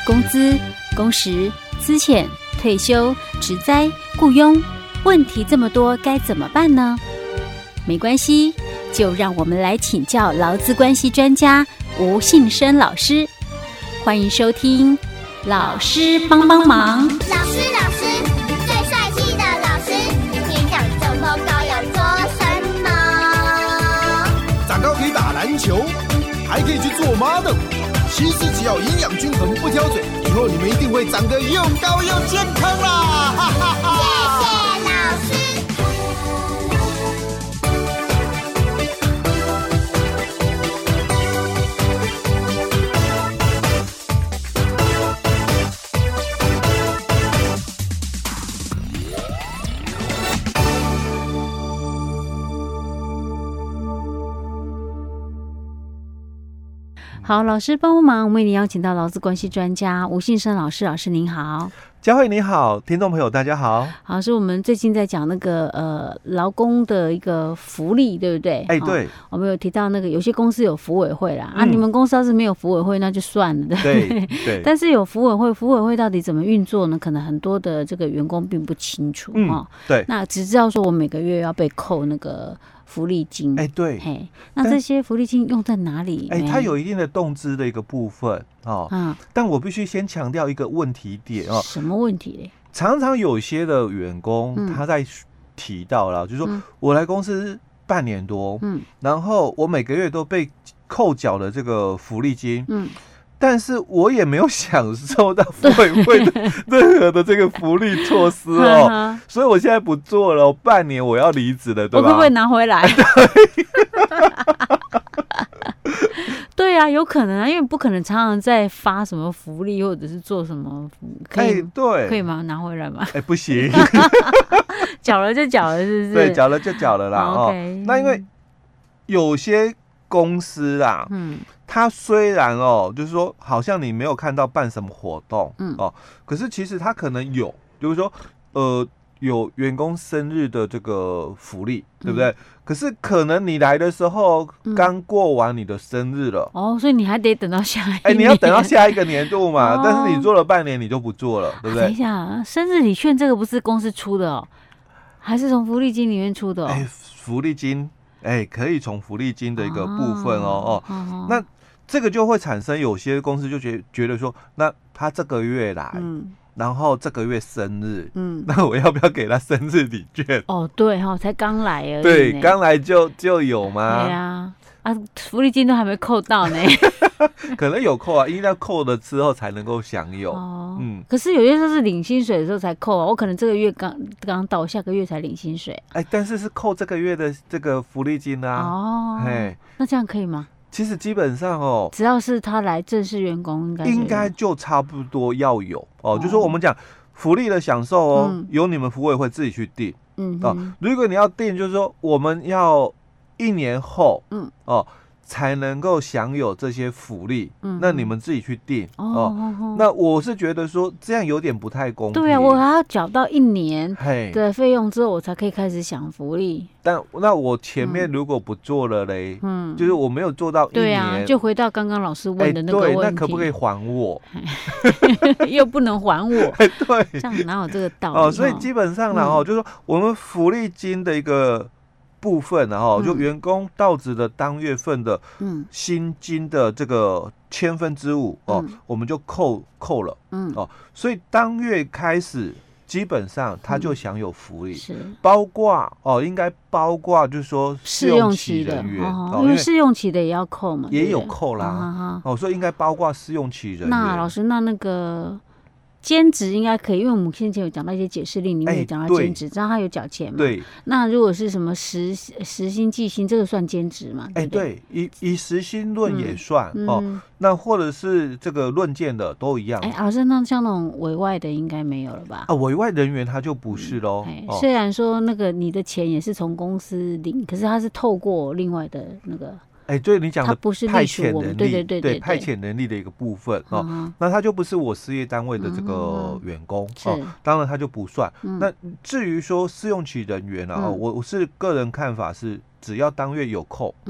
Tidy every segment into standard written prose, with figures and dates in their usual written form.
工资、工时、资遣、退休、职灾、雇佣，问题这么多，该怎么办呢？没关系，就让我们来请教劳资关系专家吴信生老师。欢迎收听老师帮帮忙。 老师，最帅气的老师，你想这么高要做什么？ 长高可以打篮球，还可以去做 model。其实只要营养均衡，不挑嘴，以后你们一定会长得又高又健康啦！哈哈哈！ 谢谢老师。 好，老师帮忙，我们已经邀请到劳资关系专家吴信生老师。老师您好。 佳慧你好，听众朋友大家好。 好，是我们最近在讲那个劳工的一个福利，对不对？ 对， 我们有提到那个有些公司有福委会啦，你们公司要是没有福委会那就算了， 对。 但是有福委会，福委会到底怎么运作呢？可能很多的这个员工并不清楚对。 那只知道说我每个月要被扣那个福利金， 对。 那这些福利金用在哪里？ 它有一定的动资的一个部分但我必须先强调一个问题点什么问题嘞？ 常常有些的员工他在提到了，就是说我来公司半年多，然后我每个月都被扣缴了这个福利金，但是我也没有享受到福委会的任何的这个福利措施所以我现在不做了，半年我要离职了，对吧？ 我可不可以拿回来？对啊，有可能啊，因为不可能常常在发什么福利或者是做什么，可以对， 可以吗？拿回来吗？ 不行， 缴了就缴了，是不是？ 对，缴了就缴了啦。 OK， 那因为有些公司啦，它虽然就是说好像你没有看到办什么活动，可是其实它可能有，就是说有员工生日的这个福利，对不对？可是可能你来的时候刚过完你的生日了， 所以你还得等到下一年， 你要等到下一个年度嘛。但是你做了半年，你就不做了，对不对？ 等一下，生日礼券这个不是公司出的还是从福利金里面出的福利金，可以从福利金的一个部分那这个就会产生有些公司就觉得说，那他这个月来，然后这个月生日，那我要不要给他生日礼券？ 对才刚来而已， 对，刚来就有吗？ 对啊，福利金都还没扣到呢， 可能有扣因为要扣了之后才能够享有。 可是有些时候是领薪水的时候才扣我可能这个月刚到，下个月才领薪水。 但是扣这个月的这个福利金啊。 那这样可以吗？ 其实基本上只要是他来正式员工， 应该就差不多要有就说我们讲福利的享受由你们福委会自己去定。如果你要定，就是说我们要1年后才能够享有这些福利，那你们自己去定那我是觉得说这样有点不太公平。 对啊，我还要缴到1年的费用之后，我才可以开始享福利。 那我前面如果不做了嘞，就是我没有做到1年， 对啊，就回到刚刚老师问的那个问题， 那可不可以还我？ 又不能还我， 对， 这样哪有这个道理？ 所以基本上呢，就是说我们福利金的一个部分就员工到职的当月份的薪金的这个5%我们就扣了所以当月开始基本上他就享有福利，包括应该包括就是说试用期人员因为试用期的也要扣嘛， 也有扣啦所以应该包括试用期人员。 那老师，那个兼职应该可以，因为我们先前有讲到一些解释令里面有讲到兼职，知道他有缴钱嘛？ 对。 那如果是什么时薪计薪，这个算兼职嘛？ 对，以时薪论也算那或者是这个论件的都一样。 老师，那像那种委外的应该没有了吧？ 委外人员他就不是咯。 虽然说那个你的钱也是从公司领，可是他是透过另外的那个。 对你讲的派遣能力， 对派遣能力的一个部分那他就不是我事业单位的这个员工当然他就不算。那至于说试用期人员我是个人看法是，只要当月有扣，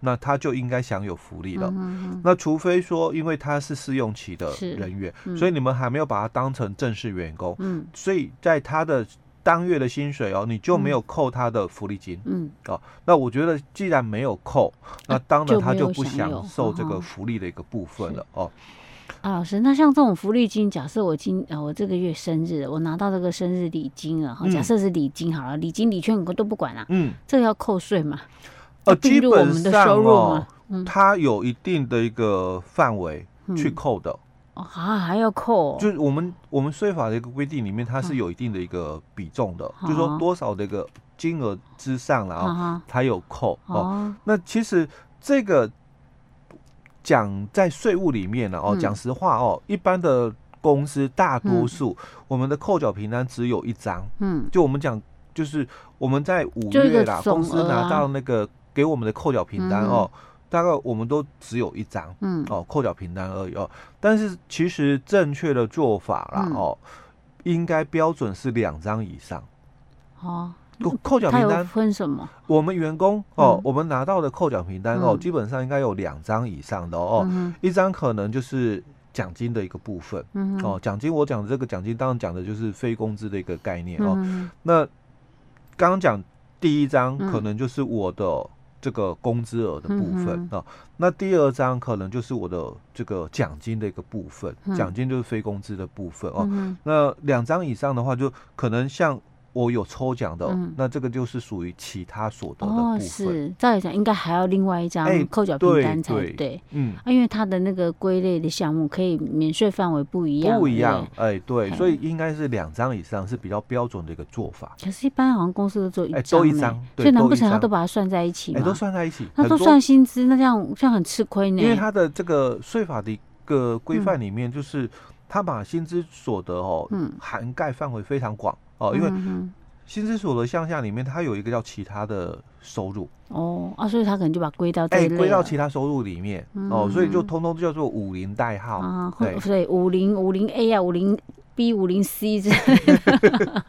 那他就应该享有福利了。那除非说因为他是试用期的人员，所以你们还没有把他当成正式员工，所以在他的当月的薪水你就没有扣他的福利金，那我觉得既然没有扣，那当然他就不享受这个福利的一个部分了老师，那像这种福利金，假设我这个月生日，我拿到这个生日礼金了，假设是礼金好了，礼金礼券我都不管了，这个要扣税吗？ 基本上它有一定的一个范围去扣的。 还要扣就是我们税法的一个规定里面，它是有一定的一个比重的，就是说多少的一个金额之上了才有扣那其实这个讲在税务里面呢讲实话一般的公司大多数我们的扣缴凭单只有一张，就我们讲就是我们在5月啦，公司拿到那个给我们的扣缴凭单大概我们都只有一张扣缴凭单而已但是其实正确的做法啦应该标准是2张以上扣缴凭单分什么？ 我们员工我们拿到的扣缴凭单基本上应该有2张以上的一张可能就是奖金的一个部分奖金我讲的这个奖金当然讲的就是非工资的一个概念那刚刚讲第1张可能就是我的这个工资额的部分那第2张可能就是我的这个奖金的一个部分奖金就是非工资的部分那2张以上的话就可能像我有抽奖的那这个就是属于其他所得的部分是照理讲应该还要另外一张扣缴凭单才对因为它的那个归类的项目可以免税范围不一样对所以应该是2张以上是比较标准的一个做法。 可是一般好像公司都只有一张所以难不成他都把它算在一起吗？ 都算在一起， 那都算薪资，那这样很吃亏呢。 因为他的这个税法的一个规范里面就是他把薪资所得涵盖范围非常广因为薪资所得项下里面，它有一个叫其他的收入所以他可能就把它归到这一类归到其他收入里面所以就通通叫做50代号所以50A 50B 50C 之类的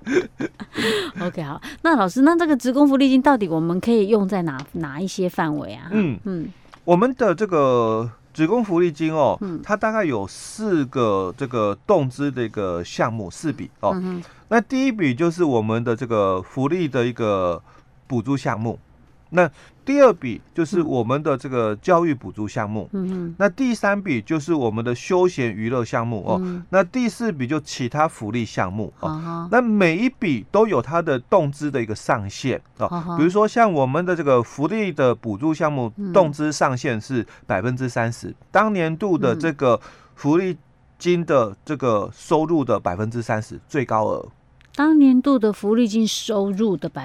OK 好，那老师，那这个职工福利金到底我们可以用在哪一些范围啊？ 我们的这个职工福利金它大概有4个这个动资的一个项目，4笔那第1笔就是我们的这个福利的一个补助项目，那第2笔就是我们的这个教育补助项目，那第3笔就是我们的休闲娱乐项目那第4笔就其他福利项目那每一笔都有它的动资的一个上限比如说像我们的这个福利的补助项目动资上限是30%，当年度的这个福利金的这个收入的30%最高额。 当年度的福利金收入的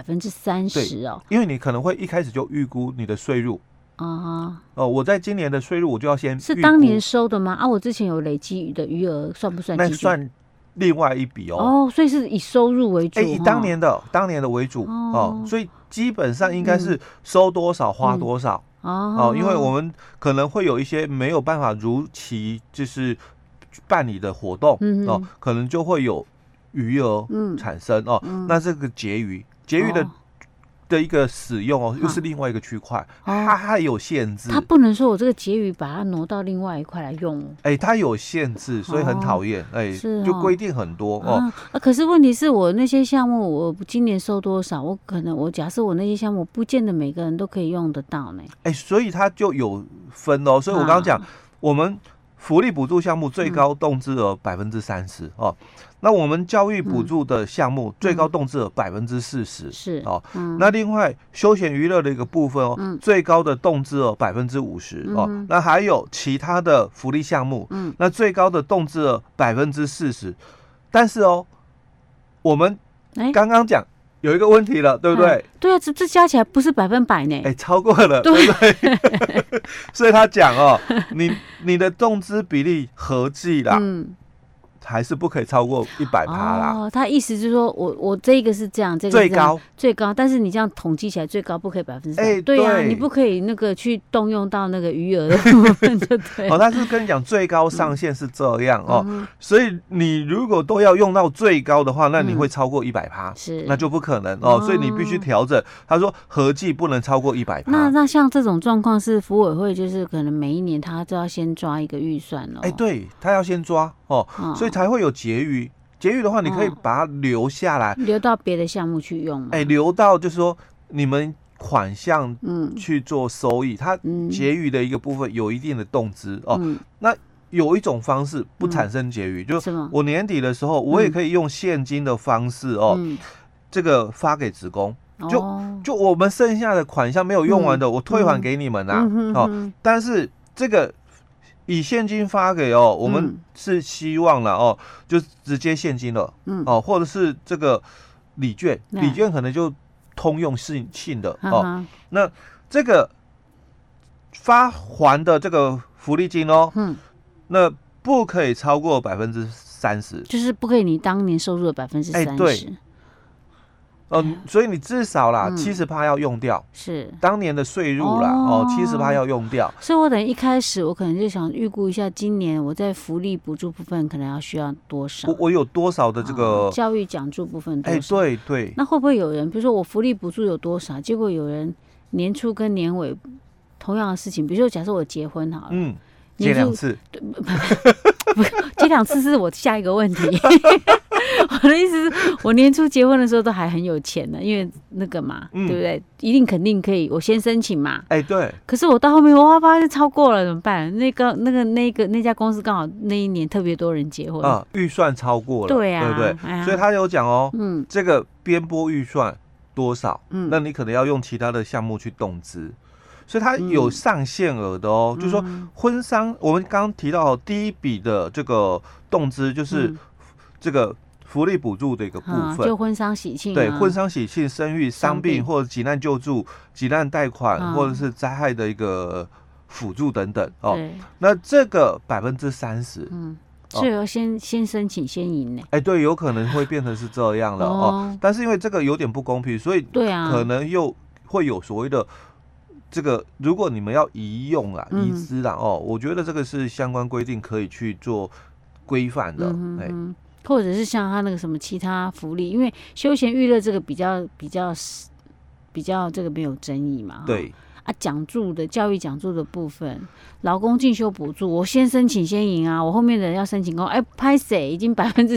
30% 因为你可能会一开始就预估你的税入我在今年的税入我就要先预估是当年收的吗？我之前有累积的余额算不算？ 那算另外一笔所以是以收入为主以当年的为主所以基本上应该是收多少花多少因为我们可能会有一些没有办法如期就是办理的活动可能就会有余额产生那这个结余的一个使用又是另外一个区块它还有限制， 它不能说我这个结余把它挪到另外一块来用它有限制，所以很讨厌就规定很多可是问题是我那些项目我今年收多少，我假设我那些项目不见得每个人都可以用得到呢所以它就有分所以我刚刚讲我们福利补助项目最高动资额30%那我们教育补助的项目最高动资额40% 是那另外休闲娱乐的一个部分最高的动资额50%那还有其他的福利项目那最高的动资额40%但是我们刚刚讲有一个问题了，对不对？ 对啊，这加起来不是100%呢。 超过了，对不对？所以他讲你的动资比例合计啦， 还是不可以超过100%啦。 哦，他意思就是说我这个是这样，这个是这样最高，但是你这样统计起来最高不可以100%。对啊，你不可以那个去动用到那个余额的部分，就对。 但是跟你讲最高上限是这样所以你如果都要用到最高的话，那你会超过100%，是那就不可能所以你必须调整。他说合计不能超过100%。 那像这种状况是福委会就是可能每一年他就要先抓一个预算对，他要先抓所以才会有结余。结余的话，你可以把它留下来， 留到别的项目去用嘛。 留到就是说你们款项去做收益，它结余的一个部分有一定的动资那有一种方式不产生结余，就是我年底的时候，我也可以用现金的方式这个发给职工。就我们剩下的款项没有用完的，我退还给你们但是这个以现金发给我们是希望了就直接现金了或者是这个礼券可能就通用性的那这个发还的这个福利金那不可以超过30%， 就是不可以你当年收入的30%。 对。所以你至少啦70%要用掉，是当年的税入啦70%要用掉。 所以我等一开始我可能就想预估一下，今年我在福利补助部分可能要需要多少， 我有多少的这个教育奖助部分多少？ 对。 那会不会有人，比如说我福利补助有多少，结果有人年初跟年尾同样的事情，比如说假设我结婚好了， 结2次， 不结2次是我下一个问题。我的意思是，我年初结婚的时候都还很有钱呢，因为那个嘛，对不对？一定肯定可以，我先申请嘛。 对。 可是我到后面，我发现超过了怎么办？那家公司刚好那一年特别多人结婚预算超过了， 对啊， 对不对？所以他有讲这个编拨预算多少，那你可能要用其他的项目去动资。所以它有上限额的就是说婚丧，我们刚刚提到第一笔的这个动资就是这个福利补助的一个部分， 就婚丧喜庆对，婚丧喜庆、生育、伤病或者急难救助、急难贷款或者是灾害的一个辅助等等那这个30% 所以要先申请先赢呢。 对，有可能会变成是这样了但是因为这个有点不公平，所以可能又会有所谓的这个，如果你们要移用移资我觉得这个是相关规定可以去做规范的或者是像他那个什么其他福利，因为休闲娱乐这个比较这个没有争议嘛。 对奖助的教育奖助的部分，劳工进修补助，我先申请先赢我后面的人要申请拍谁已经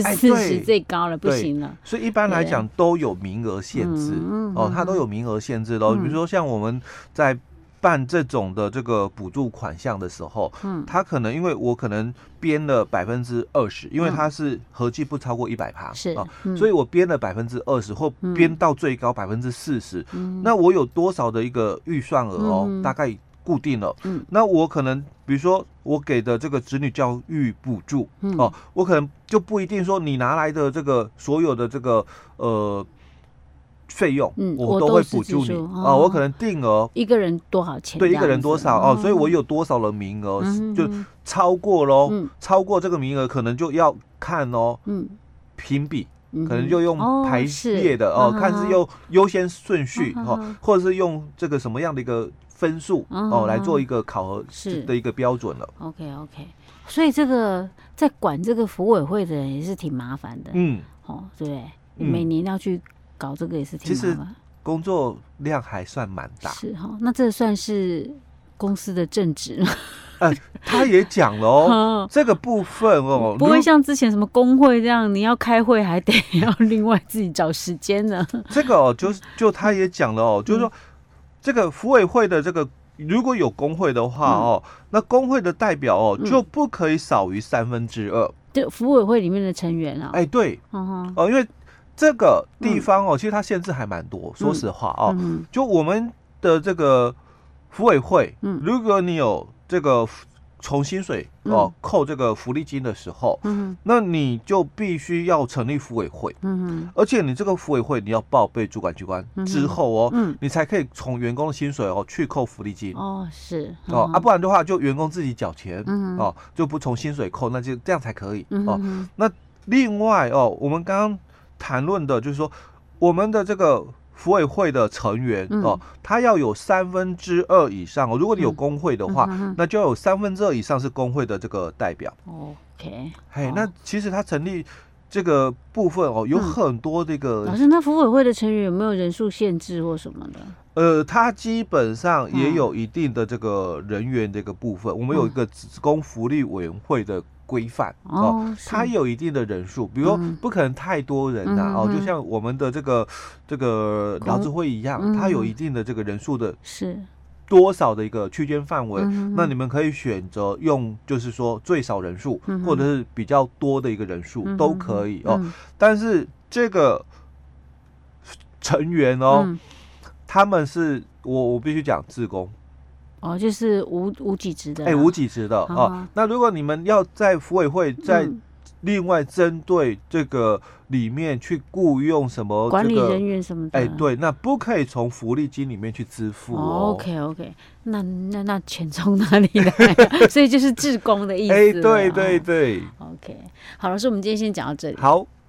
40%最高了，不行了。 所以一般来讲都有名额限制它都有名额限制的比如说像我们在办这种的这个补助款项的时候，它可能因为我可能编了20%，因为它是合计不超过100%，是所以我编了20%或编到最高40%，那我有多少的一个预算额大概固定了，那我可能比如说我给的这个子女教育补助我可能就不一定说你拿来的这个所有的这个费用我都会补助你我可能定额一个人多少钱， 对，一个人多少所以我有多少的名额就超过咯超过这个名额可能就要看评比可能就用排列的看是用优先顺序或者是用这个什么样的一个分数来做一个考核的一个标准了。 OK， 所以这个在管这个福委会的人也是挺麻烦的，对不对？每年要去搞这个也是挺麻烦，其实工作量还算蛮大。 是那这算是公司的正职吗？ 他也讲了这个部分不会像之前什么工会这样，你要开会还得要另外自己找时间呢。 这个就他也讲了就是说这个福委会的这个如果有工会的话那工会的代表就不可以少于2/3。 就福委会里面的成员对因为这个地方其实它限制还蛮多，说实话就我们的这个福委会如果你有这个从薪水扣这个福利金的时候，那你就必须要成立福委会，而且你这个福委会你要报备主管机关之后你才可以从员工的薪水去扣福利金是不然的话就员工自己缴钱就不从薪水扣，那就这样才可以那另外我们刚刚谈论的就是说我们的这个福委会的成员他要有2/3以上如果你有工会的话，那就要有2/3以上是工会的这个代表。 OK， 那其实他成立这个部分有很多这个。 老师，那福委会的成员有没有人数限制或什么的？ 它基本上也有一定的这个人员这个部分，我们有一个职工福利委员会的规范它有一定的人数，比如说不可能太多人就像我们的这个劳资会一样，它有一定的这个人数的是多少的一个区间范围，那你们可以选择用就是说最少人数或者是比较多的一个人数都可以但是这个成员他们是我必须讲志工就是无给职的无给职的那如果你们要在福委会在另外针对这个里面去雇佣什么管理人员什么的对，那不可以从福利金里面去支付 OK， 那钱从哪里来所以就是志工的意思对 OK， 好，老师，我们今天先讲到这里。 好。